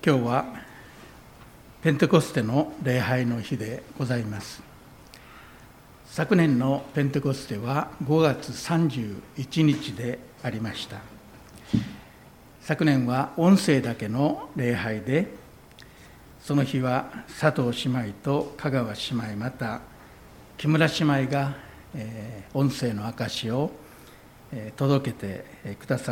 今日はペンテコステの礼拝の日でございます。昨年のペンテコステは5月31日でありました。昨年は音声だけの礼拝で、その日は佐藤姉妹と香川姉妹、また木村姉妹が音声の証を届けてくださって、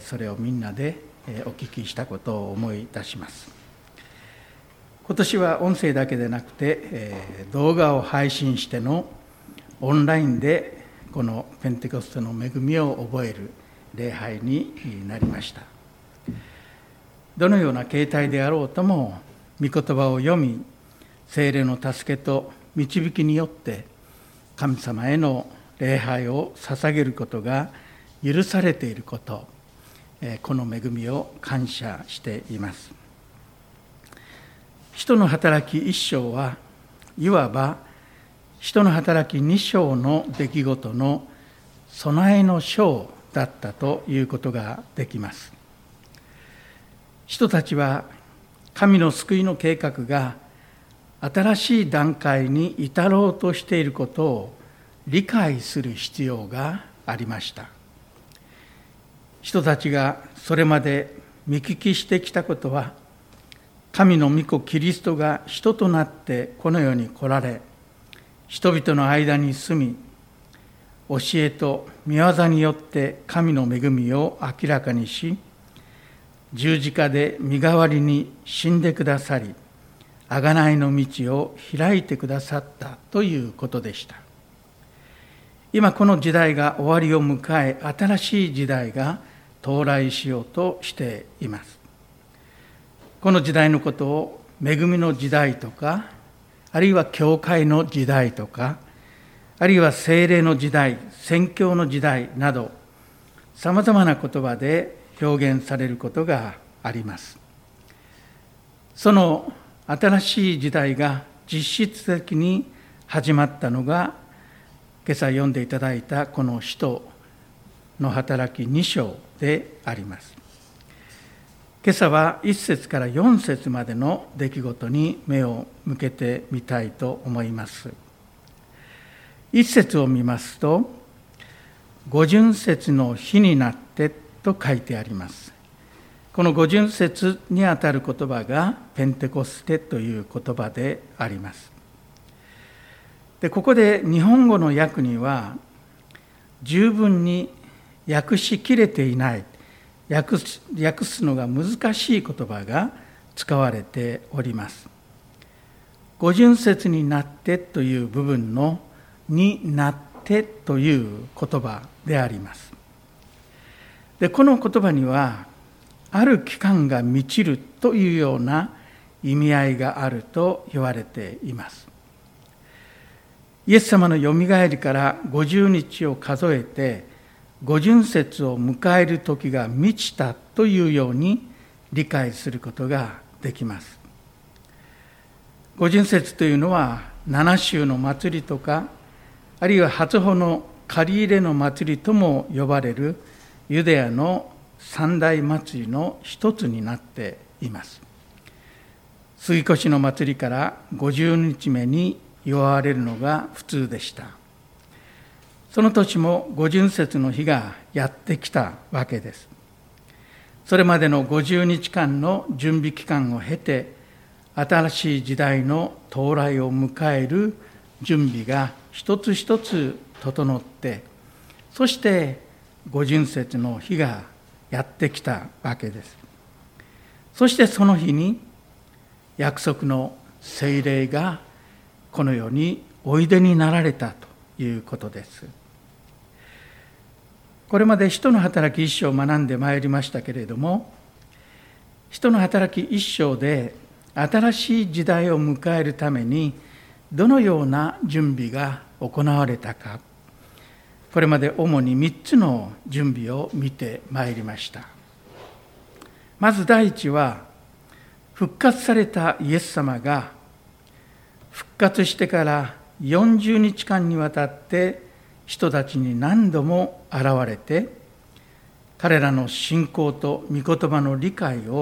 それをみんなでお聞きしたことを思い出します。今年は音声だけでなくて、動画を配信してのオンラインでこのペンテコステの恵みを覚える礼拝になりました。どのような形態であろうとも、御言葉を読み、聖霊の助けと導きによって神様への礼拝を捧げることが許されていること、この恵みを感謝しています。使徒の働き1章はいわば使徒の働き2章の出来事の備えの章だったということができます。使徒たちは神の救いの計画が新しい段階に至ろうとしていることを理解する必要がありました。人たちがそれまで見聞きしてきたことは、神の御子キリストが人となってこの世に来られ、人々の間に住み、教えと御業によって神の恵みを明らかにし、十字架で身代わりに死んでくださり、贖いの道を開いてくださったということでした。今この時代が終わりを迎え、新しい時代が到来しようとしています。この時代のことを恵みの時代とか、あるいは教会の時代とか、あるいは聖霊の時代、宣教の時代など、さまざまな言葉で表現されることがあります。その新しい時代が実質的に始まったのが、今朝読んでいただいたこの使徒の働き2章であります。今朝は1節から4節までの出来事に目を向けてみたいと思います。1節を見ますと、五旬節の日になってと書いてあります。この五旬節にあたる言葉がペンテコステという言葉であります。で、ここで日本語の訳には十分に訳しきれていない、訳すのが難しい言葉が使われております。五旬節になってという部分のになってという言葉であります。で、この言葉にはある期間が満ちるというような意味合いがあると言われています。イエス様のよみがえりから50日を数えて、五旬節を迎える時が満ちたというように理解することができます。五旬節というのは7週の祭りとか、あるいは初穂の借り入れの祭りとも呼ばれるユダヤの三大祭りの一つになっています。杉越の祭りから50日目に祝われるのが普通でした。その年も五旬節の日がやってきたわけです。それまでの50日間の準備期間を経て、新しい時代の到来を迎える準備が一つ一つ整って、そして五旬節の日がやってきたわけです。そしてその日に約束の聖霊がこの世においでになられたということです。これまで使徒の働き一章を学んでまいりましたけれども、使徒の働き一章で新しい時代を迎えるためにどのような準備が行われたか、これまで主に3つの準備を見てまいりました。まず第一は、復活されたイエス様が復活してから40日間にわたって人たちに何度も現れて、彼らの信仰と御言葉の理解を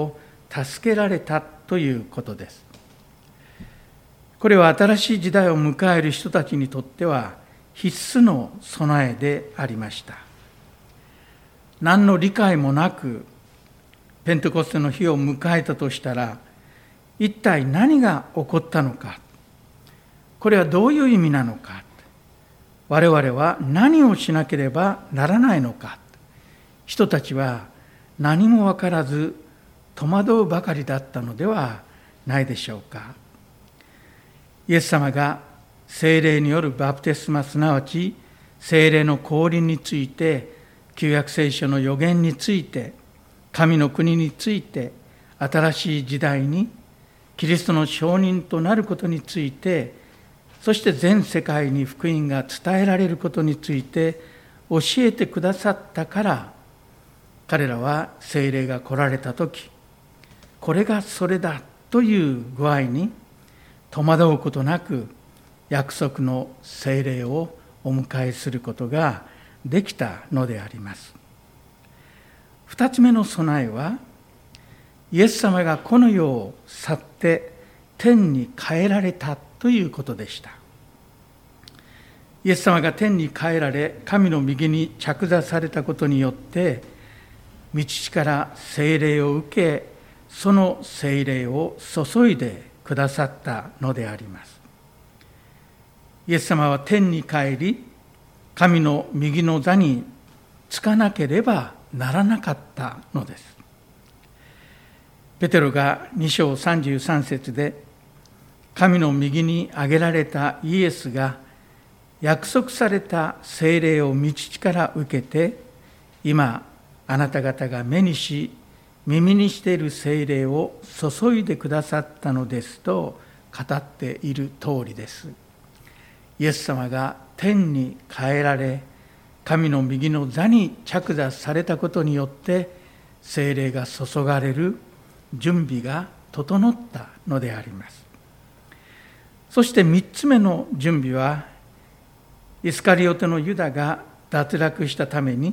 助けられたということです。これは新しい時代を迎える人たちにとっては必須の備えでありました。何の理解もなくペンテコステの日を迎えたとしたら、一体何が起こったのか、これはどういう意味なのか、我々は何をしなければならないのか、人たちは何も分からず戸惑うばかりだったのではないでしょうか。イエス様が聖霊によるバプテスマ、すなわち聖霊の降臨について、旧約聖書の預言について、神の国について、新しい時代にキリストの証人となることについて、そして全世界に福音が伝えられることについて教えてくださったから、彼らは聖霊が来られたとき、これがそれだという具合に戸惑うことなく、約束の聖霊をお迎えすることができたのであります。二つ目の備えは、イエス様がこの世を去って天に帰られたということでした。イエス様が天に帰られ、神の右に着座されたことによって、御父から聖霊を受け、その聖霊を注いでくださったのであります。イエス様は天に帰り、神の右の座につかなければならなかったのです。ペテロが2章33節で、神の右に挙げられたイエスが約束された聖霊を御父から受けて、今あなた方が目にし耳にしている聖霊を注いでくださったのですと語っている通りです。イエス様が天に帰られ、神の右の座に着座されたことによって聖霊が注がれる準備が整ったのであります。そして3つ目の準備は、イスカリオテのユダが脱落したために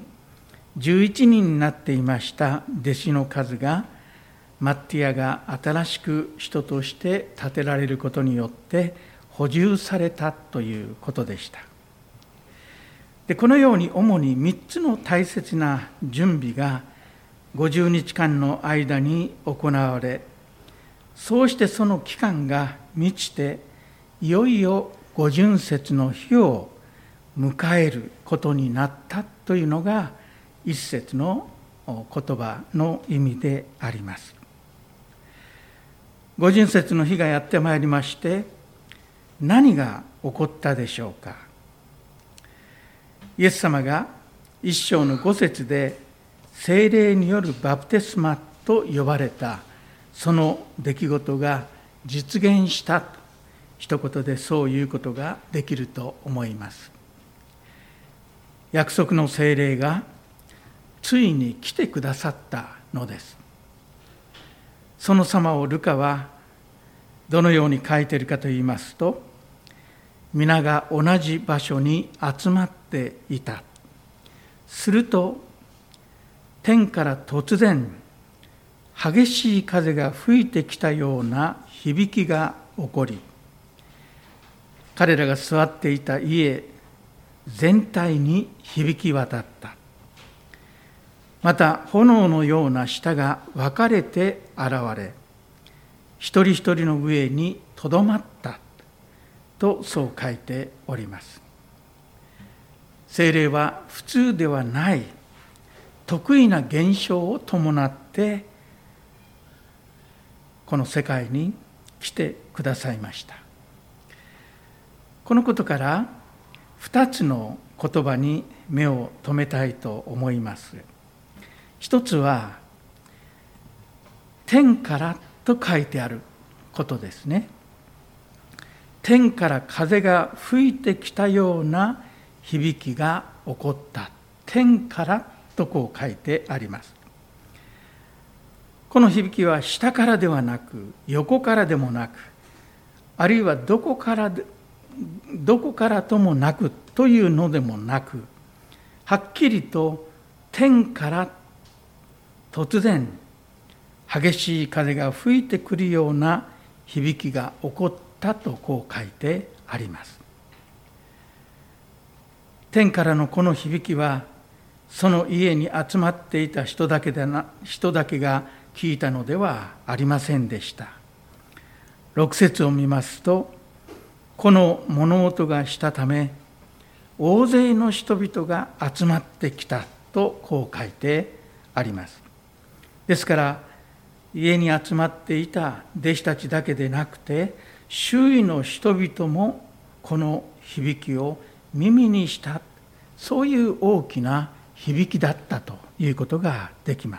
11人になっていました弟子の数が、マッティアが新しく人として立てられることによって補充されたということでした。で、このように主に3つの大切な準備が50日間の間に行われ、そうしてその期間が満ちて、いよいよ五旬節の日を迎えることになったというのが一節の言葉の意味であります。五旬節の日がやってまいりまして、何が起こったでしょうか。イエス様が1章の5節で聖霊によるバプテスマと呼ばれたその出来事が実現したと、一言でそういうことができると思います。約束の聖霊がついに来てくださったのです。その様をルカはどのように書いているかといいますと、皆が同じ場所に集まっていた。すると天から突然激しい風が吹いてきたような響きが起こり、彼らが座っていた家全体に響き渡った。また炎のような舌が分かれて現れ、一人一人の上にとどまったとそう書いております。聖霊は普通ではない特異な現象を伴ってこの世界に来てくださいました。このことから2つの言葉に目を留めたいと思います。一つは天からと書いてあることですね。天から風が吹いてきたような響きが起こった。天からとこう書いてあります。この響きは下からではなく、横からでもなく、あるいはどこからともなくというのでもなく、はっきりと天から突然激しい風が吹いてくるような響きが起こったとこう書いてあります。天からのこの響きは、その家に集まっていた人だけが聞いたのではありませんでした。6節を見ますと、この物音がしたため、大勢の人々が集まってきたとこう書いてあります。ですから、家に集まっていた弟子たちだけでなくて、周囲の人々もこの響きを耳にした、そういう大きな響きだったということができます。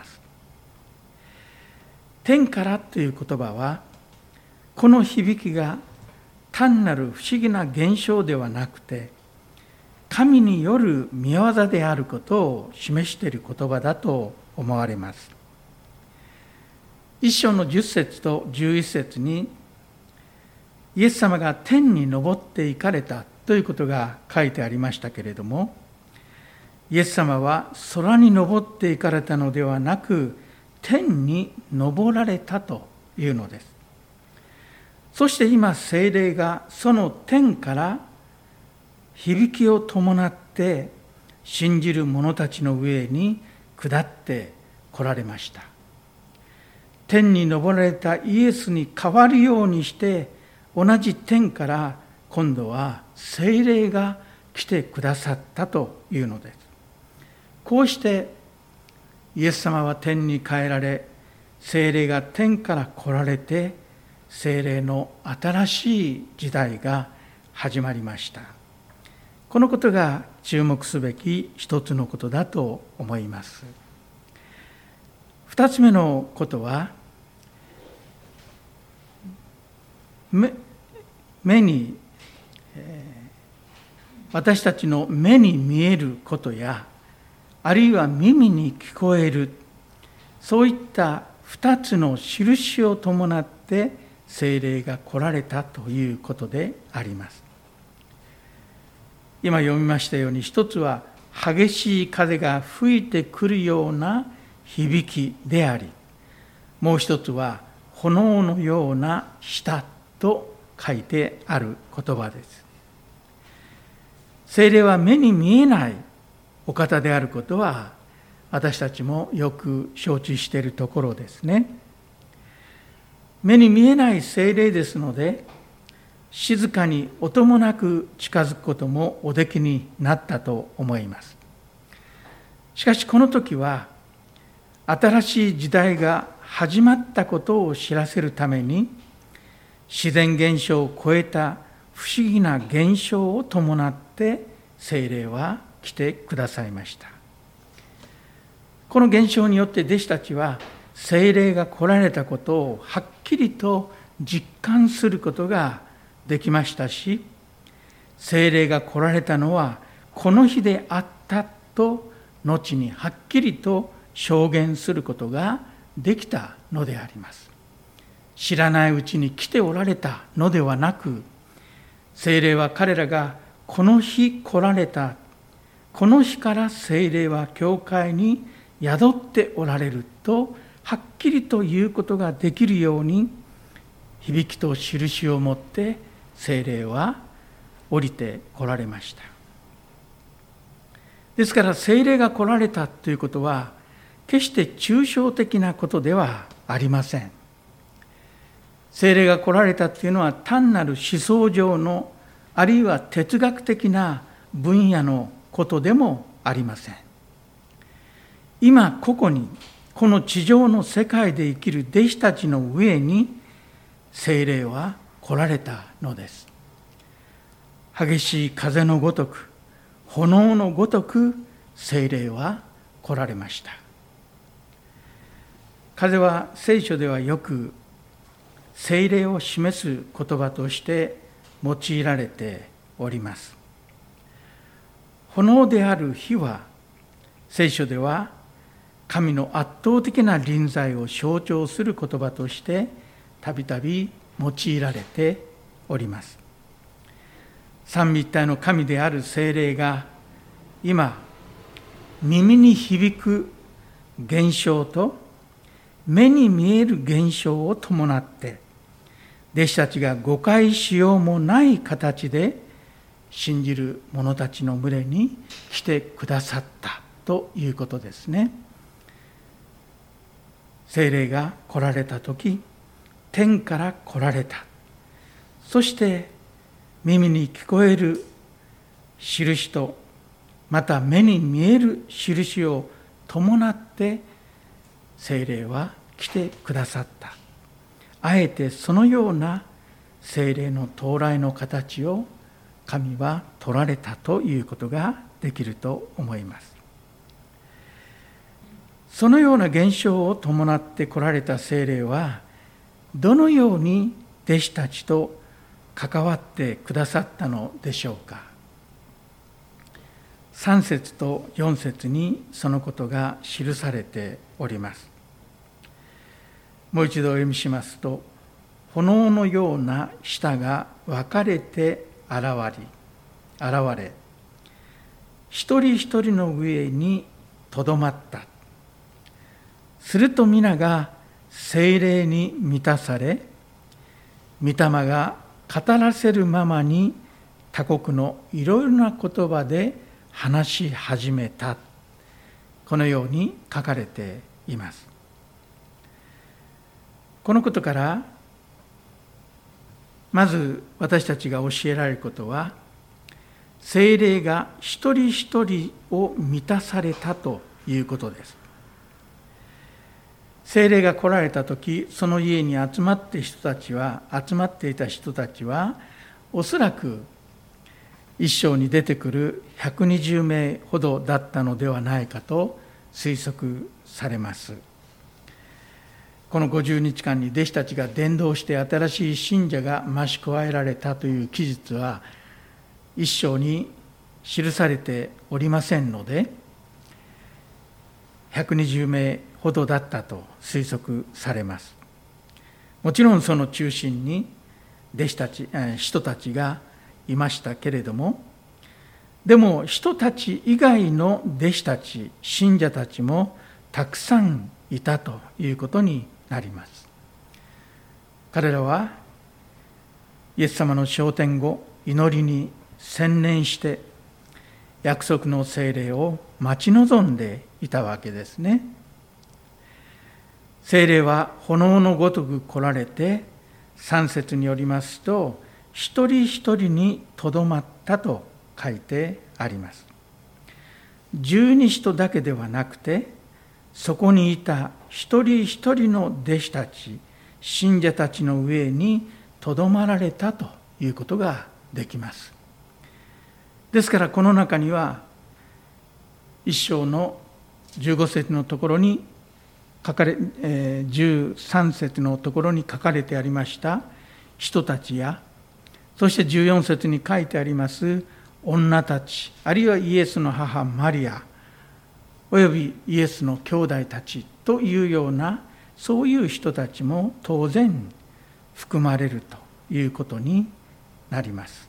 天からという言葉は、この響きが単なる不思議な現象ではなくて、神による御業であることを示している言葉だと思われます。一章の10節と11節に、イエス様が天に昇って行かれたということが書いてありましたけれども、イエス様は空に昇って行かれたのではなく、天に昇られたというのです。そして今、聖霊がその天から響きを伴って信じる者たちの上に下って来られました。天に昇られたイエスに代わるようにして、同じ天から今度は聖霊が来てくださったというのです。こうしてイエス様は天に帰られ、聖霊が天から来られて、聖霊の新しい時代が始まりました。このことが注目すべき一つのことだと思います。二つ目のことは、目に、私たちの目に見えることや、あるいは耳に聞こえる、そういった二つの印を伴って聖霊が来られたということであります。今読みましたように、一つは激しい風が吹いてくるような響きであり、もう一つは炎のような舌と書いてある言葉です。聖霊は目に見えないお方であることは、私たちもよく承知しているところですね。目に見えない聖霊ですので、静かに音もなく近づくこともおできになったと思います。しかしこの時は、新しい時代が始まったことを知らせるために、自然現象を超えた不思議な現象を伴って聖霊は来てくださいました。この現象によって弟子たちは聖霊が来られたことをはっきりと実感することができましたし、聖霊が来られたのはこの日であったと後にはっきりと証言することができたのであります。知らないうちに来ておられたのではなく、聖霊は彼らがこの日来られた、この日から聖霊は教会に宿っておられるとはっきりと言うことができるように、響きと印を持って聖霊は降りて来られました。ですから聖霊が来られたということは、決して抽象的なことではありません。聖霊が来られたというのは、単なる思想上の、あるいは哲学的な分野のことでもありません。今ここに、この地上の世界で生きる弟子たちの上に聖霊は来られたのです。激しい風のごとく、炎のごとく聖霊は来られました。風は聖書ではよく聖霊を示す言葉として用いられております。炎である火は、聖書では神の圧倒的な臨在を象徴する言葉としてたびたび用いられております。三位一体の神である聖霊が今、耳に響く現象と目に見える現象を伴って、弟子たちが誤解しようもない形で信じる者たちの群れに来てくださったということですね。聖霊が来られたとき、天から来られた。そして耳に聞こえる印と、また目に見える印を伴って聖霊は来てくださった。あえてそのような聖霊の到来の形を神は取られたということができると思います。そのような現象を伴って来られた聖霊は、どのように弟子たちと関わってくださったのでしょうか。3節と4節にそのことが記されております。もう一度お読みしますと、炎のような舌が分かれて現れ、一人一人の上にとどまった。すると皆が聖霊に満たされ、御霊が語らせるままに他国のいろいろな言葉で話し始めた。このように書かれています。このことからまず私たちが教えられることは、聖霊が一人一人を満たされたということです。聖霊が来られたとき、その家に集まっていた人たちは、おそらく一章に出てくる120名ほどだったのではないかと推測されます。この50日間に弟子たちが伝道して新しい信者が増し加えられたという記述は一章に記されておりませんので、120名ほどだったと推測されます。もちろんその中心に人たちがいましたけれども、でも人たち以外の弟子たち、信者たちもたくさんいたということになります。彼らはイエス様の昇天後、祈りに専念して約束の聖霊を待ち望んでいたわけですね。聖霊は炎のごとく来られて、3節によりますと、一人一人にとどまったと書いてあります。十二使徒だけではなくて、そこにいた一人一人の弟子たち、信者たちの上にとどまられたということができます。ですからこの中には、一章の15節のところに13節のところに書かれてありました人たちや、そして14節に書いてあります女たち、あるいはイエスの母マリア、およびイエスの兄弟たちというような、そういう人たちも当然含まれるということになります。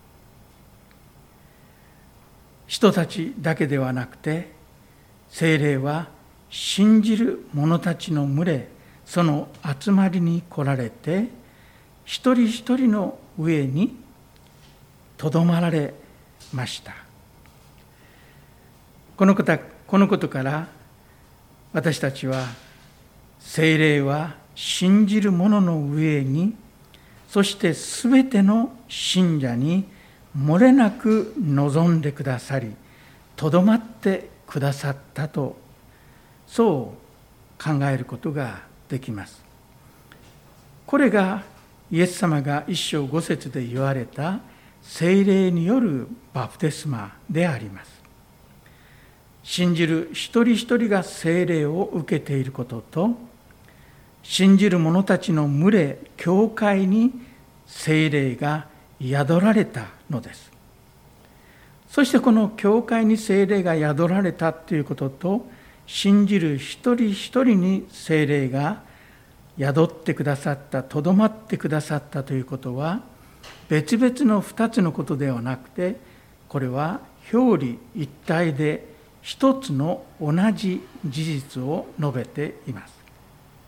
人たちだけではなくて、聖霊は信じる者たちの群れ、その集まりに来られて、一人一人の上にとどまられました。このことから私たちは、聖霊は信じる者の上に、そしてすべての信者に漏れなく望んでくださり、とどまってくださったと、そう考えることができます。これがイエス様が1章5節で言われた聖霊によるバプテスマであります。信じる一人一人が聖霊を受けていることと、信じる者たちの群れ、教会に聖霊が宿られたのです。そしてこの教会に聖霊が宿られたということと、信じる一人一人に聖霊が宿ってくださった、とどまってくださったということは、別々の2つのことではなくて、これは表裏一体で一つの同じ事実を述べています。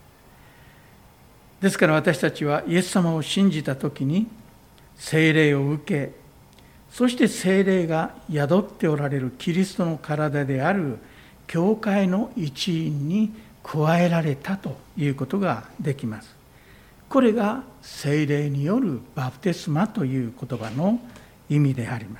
ですから私たちはイエス様を信じたときに聖霊を受け、そして聖霊が宿っておられるキリストの体である教会の一員に加えられたということができます。これが聖霊によるバプテスマという言葉の意味であります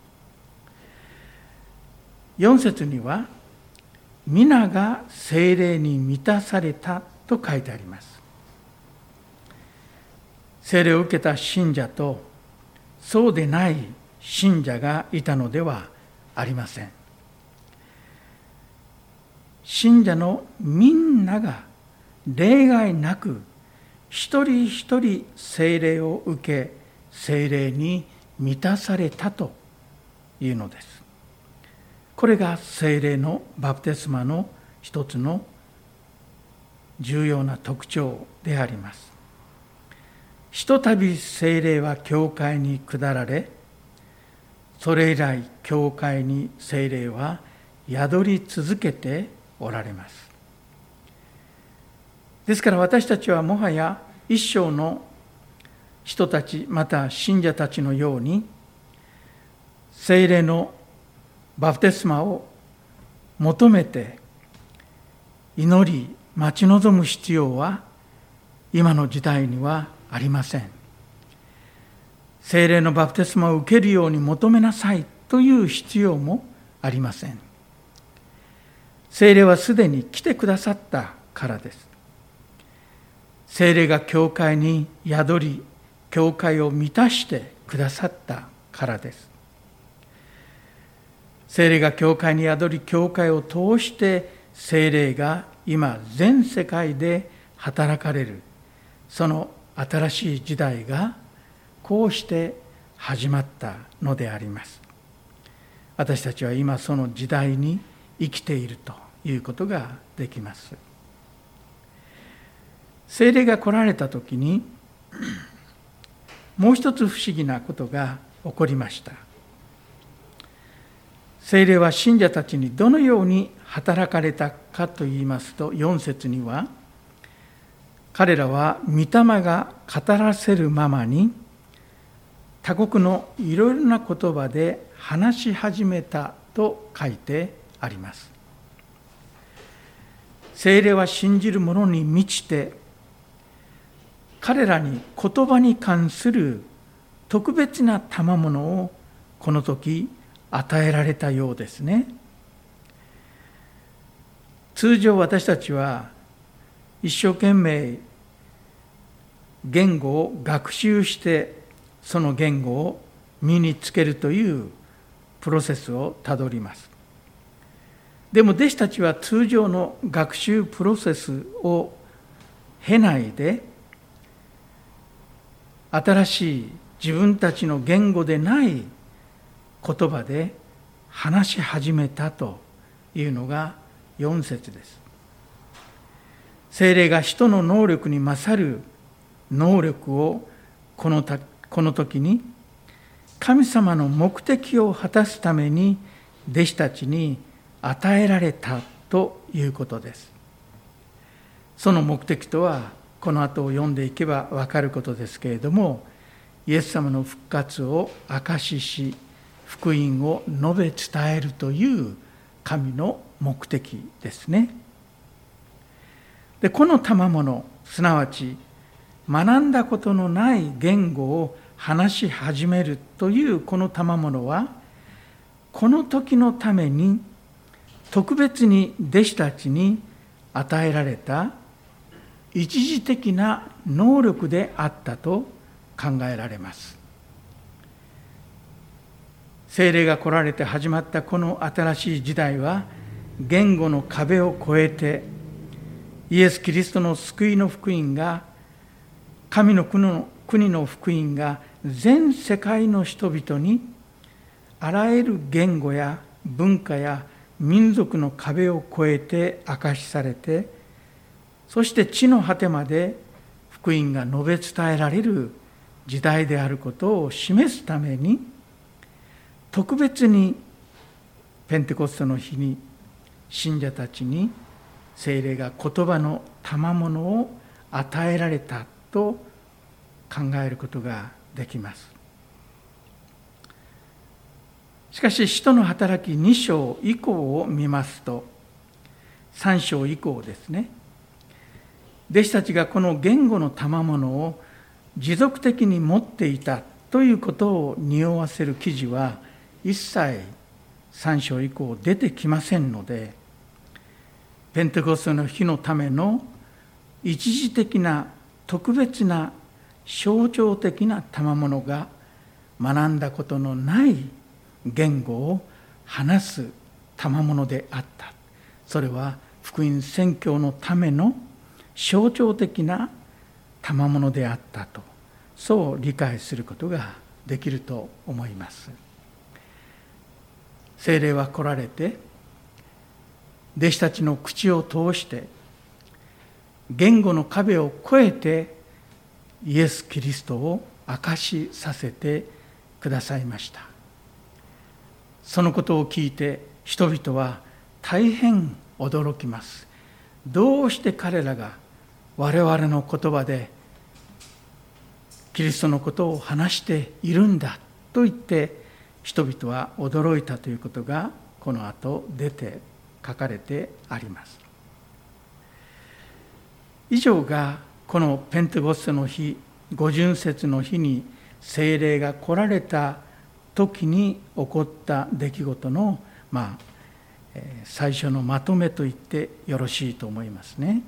。4節には、皆が聖霊に満たされたと書いてあります。聖霊を受けた信者とそうでない信者がいたのではありません。信者のみんなが例外なく一人一人聖霊を受け、聖霊に満たされたというのです。これが聖霊のバプテスマの一つの重要な特徴であります。ひとたび聖霊は教会に下られ、それ以来教会に聖霊は宿り続けておられます。ですから私たちはもはや一生の人たち、また信者たちのように、聖霊のバプテスマを求めて祈り待ち望む必要は今の時代にはありません。聖霊のバプテスマを受けるように求めなさいという必要もありません。聖霊はすでに来てくださったからです。聖霊が教会に宿り、教会を満たしてくださったからです。聖霊が教会に宿り、教会を通して聖霊が今全世界で働かれる、その新しい時代がこうして始まったのであります。私たちは今その時代に生きているということができます。聖霊が来られたときにもう一つ不思議なことが起こりました。聖霊は信者たちにどのように働かれたかといいますと、4節には、彼らは御霊が語らせるままに他国のいろいろな言葉で話し始めたと書いてあります。聖霊は信じる者に満ちて、彼らに言葉に関する特別な賜物をこの時与えられたようですね。通常私たちは一生懸命言語を学習してその言語を身につけるというプロセスをたどります。でも弟子たちは通常の学習プロセスを経ないで、新しい自分たちの言語でない言葉で話し始めたというのが4節です。聖霊が人の能力に勝る能力をこの時に神様の目的を果たすために弟子たちに与えられたということです。その目的とはこの後を読んでいけば分かることですけれども、イエス様の復活を証しし、福音を述べ伝えるという神の目的ですね。で、この賜物、すなわち学んだことのない言語を話し始めるというこの賜物は、この時のために特別に弟子たちに与えられた一時的な能力であったと考えられます。聖霊が来られて始まったこの新しい時代は、言語の壁を越えてイエス・キリストの救いの福音が、神の国の福音が全世界の人々にあらゆる言語や文化や民族の壁を越えて明かしされて、そして地の果てまで福音が述べ伝えられる時代であることを示すために、特別にペンテコステの日に信者たちに聖霊が言葉の賜物を与えられたと考えることができます。しかし使徒の働き2章以降を見ますと、3章以降ですね、弟子たちがこの言語の賜物を持続的に持っていたということを匂わせる記事は一切3章以降出てきませんので、ペンテコステの日のための一時的な特別な象徴的な賜物が学んだことのない言語を話す賜物であった。それは福音宣教のための象徴的な賜物であったと、そう理解することができると思います。聖霊は来られて、弟子たちの口を通して言語の壁を越えてイエス・キリストを明かしさせてくださいました。そのことを聞いて人々は大変驚きます。どうして彼らが我々の言葉でキリストのことを話しているんだと言って人々は驚いたということがこの後出て書かれてあります。以上がこのペンテコステの日、五旬節の日に聖霊が来られた時に起こった出来事の最初のまとめと言ってよろしいと思いますね。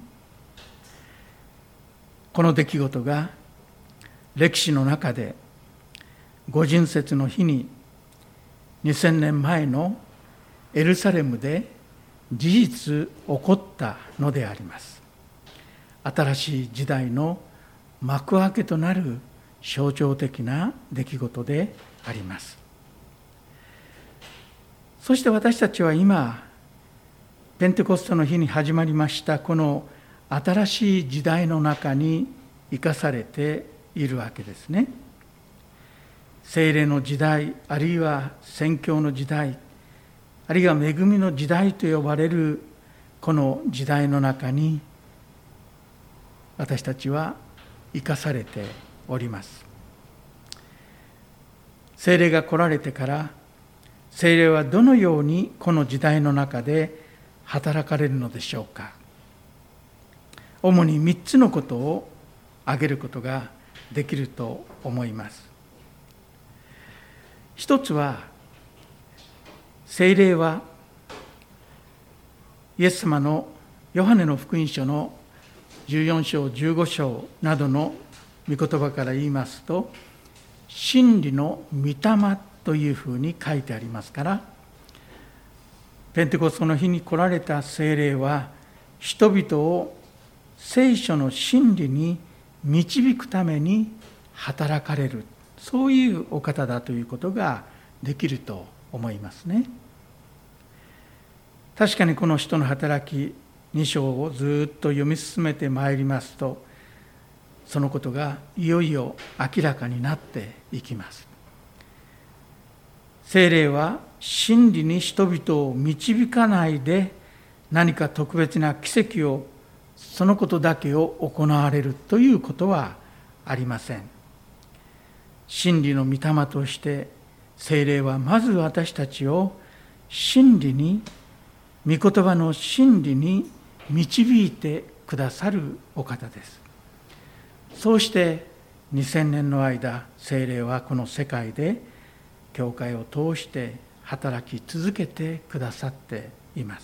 この出来事が歴史の中で五旬節の日に2000年前のエルサレムで事実起こったのであります。新しい時代の幕開けとなる象徴的な出来事であります。そして私たちは今、ペンテコステの日に始まりましたこの新しい時代の中に生かされているわけですね。聖霊の時代、あるいは宣教の時代、あるいは恵みの時代と呼ばれるこの時代の中に私たちは生かされております。聖霊が来られてから聖霊はどのようにこの時代の中で働かれるのでしょうか。主に3つのことを挙げることができると思います。一つは、聖霊はイエス様のヨハネの福音書の14章15章などの御言葉から言いますと、真理の御霊というふうに書いてありますから、ペンテコステの日に来られた聖霊は人々を聖書の真理に導くために働かれる、そういうお方だということができると思いますね。確かにこの使徒の働き2章をずっと読み進めてまいりますと、そのことがいよいよ明らかになっていきます。聖霊は真理に人々を導かないで何か特別な奇跡を、そのことだけを行われるということはありません。真理の御霊として聖霊はまず私たちを真理に、御言葉の真理に導いてくださるお方です。そうして2000年の間、聖霊はこの世界で教会を通して働き続けてくださっています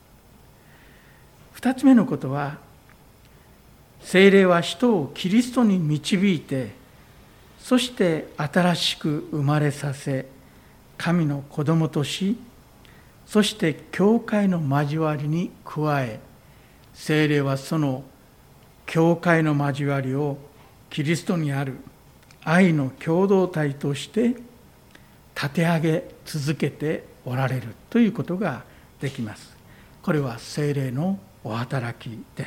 。2つ目のことは、聖霊は人をキリストに導いて、そして新しく生まれさせ、神の子供とし、そして教会の交わりに加え、聖霊はその教会の交わりをキリストにある愛の共同体として立て上げ続けておられるということができます。これは聖霊のお働きです。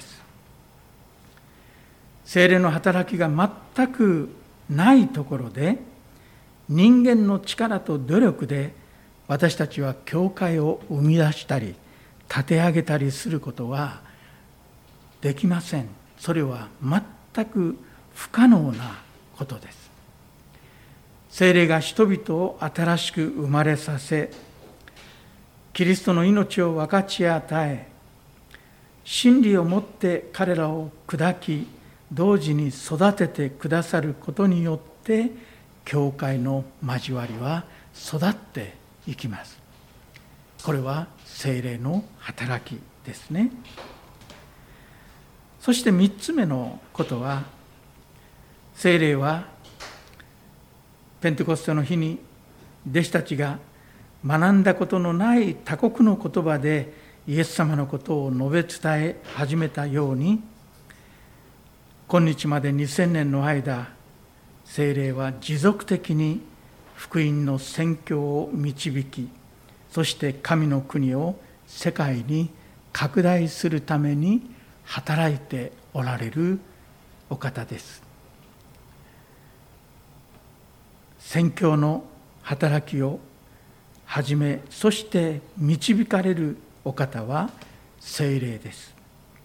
聖霊の働きが全くないところで、人間の力と努力で私たちは教会を生み出したり立て上げたりすることはできません。 それは全く不可能なことです。聖霊が人々を新しく生まれさせ、キリストの命を分かち与え、真理をもって彼らを砕き、同時に育ててくださることによって、教会の交わりは育っていきます。これは聖霊の働きですね。そして3つ目のことは、聖霊はペンテコステの日に弟子たちが学んだことのない他国の言葉でイエス様のことを述べ伝え始めたように、今日まで2000年の間、聖霊は持続的に福音の宣教を導き、そして神の国を世界に拡大するために働いておられるお方です。宣教の働きを始め、そして導かれるお方は聖霊です。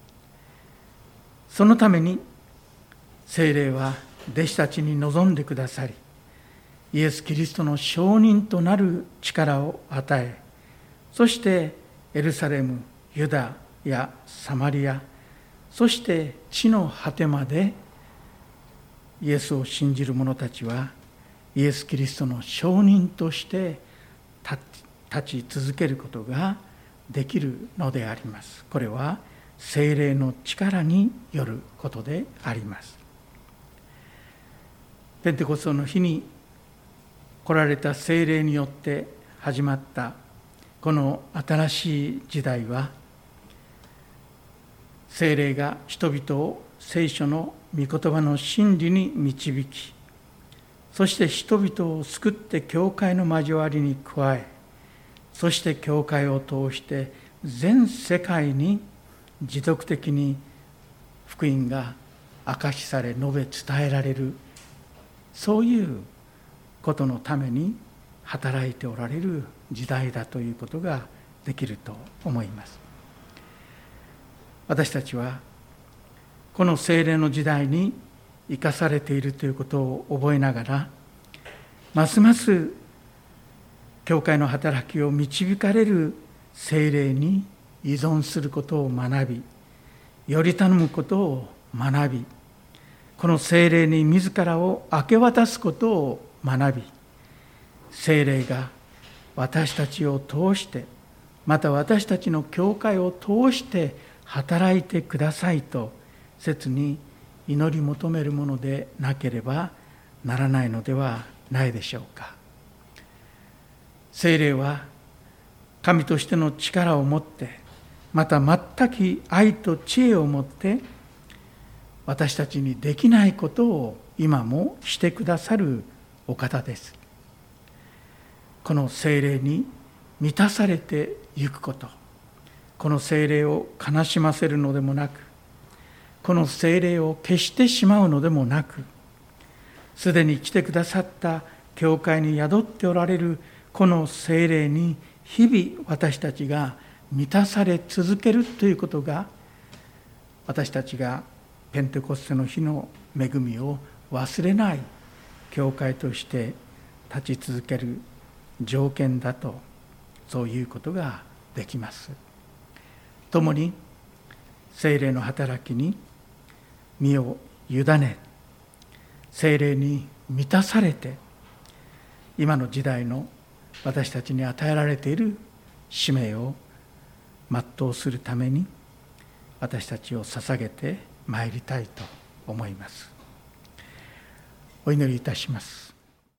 そのために聖霊は弟子たちに望んでくださり、イエス・キリストの証人となる力を与え、そしてエルサレム、ユダやサマリア、そして地の果てまでイエスを信じる者たちはイエス・キリストの証人として立ち続けることができるのであります。これは聖霊の力によることであります。ペンテコステの日に来られた聖霊によって始まったこの新しい時代は、聖霊が人々を聖書の御言葉の真理に導き、そして人々を救って教会の交わりに加え、そして教会を通して全世界に持続的に福音が明かしされ述べ伝えられる、そういうことのために働いておられる時代だということができると思います。私たちはこの聖霊の時代に生かされているということを覚えながら、ますます教会の働きを導かれる聖霊に依存することを学び、より頼むことを学び、この聖霊に自らを明け渡すことを学び、聖霊が私たちを通して、また私たちの教会を通して働いてくださいと切に祈り求めるものでなければならないのではないでしょうか。聖霊は神としての力を持って、また全く愛と知恵を持って私たちにできないことを今もしてくださるお方です。この聖霊に満たされてゆくこと、この聖霊を悲しませるのでもなく、この聖霊を消してしまうのでもなく、すでに来てくださった教会に宿っておられるこの聖霊に日々私たちが満たされ続けるということが、私たちがペンテコステの日の恵みを忘れない教会として立ち続ける条件だと、そういうことができます。共に聖霊の働きに身を委ね、聖霊に満たされて、今の時代の私たちに与えられている使命を全うするために私たちを捧げてまいりたいと思います。お祈りいたします。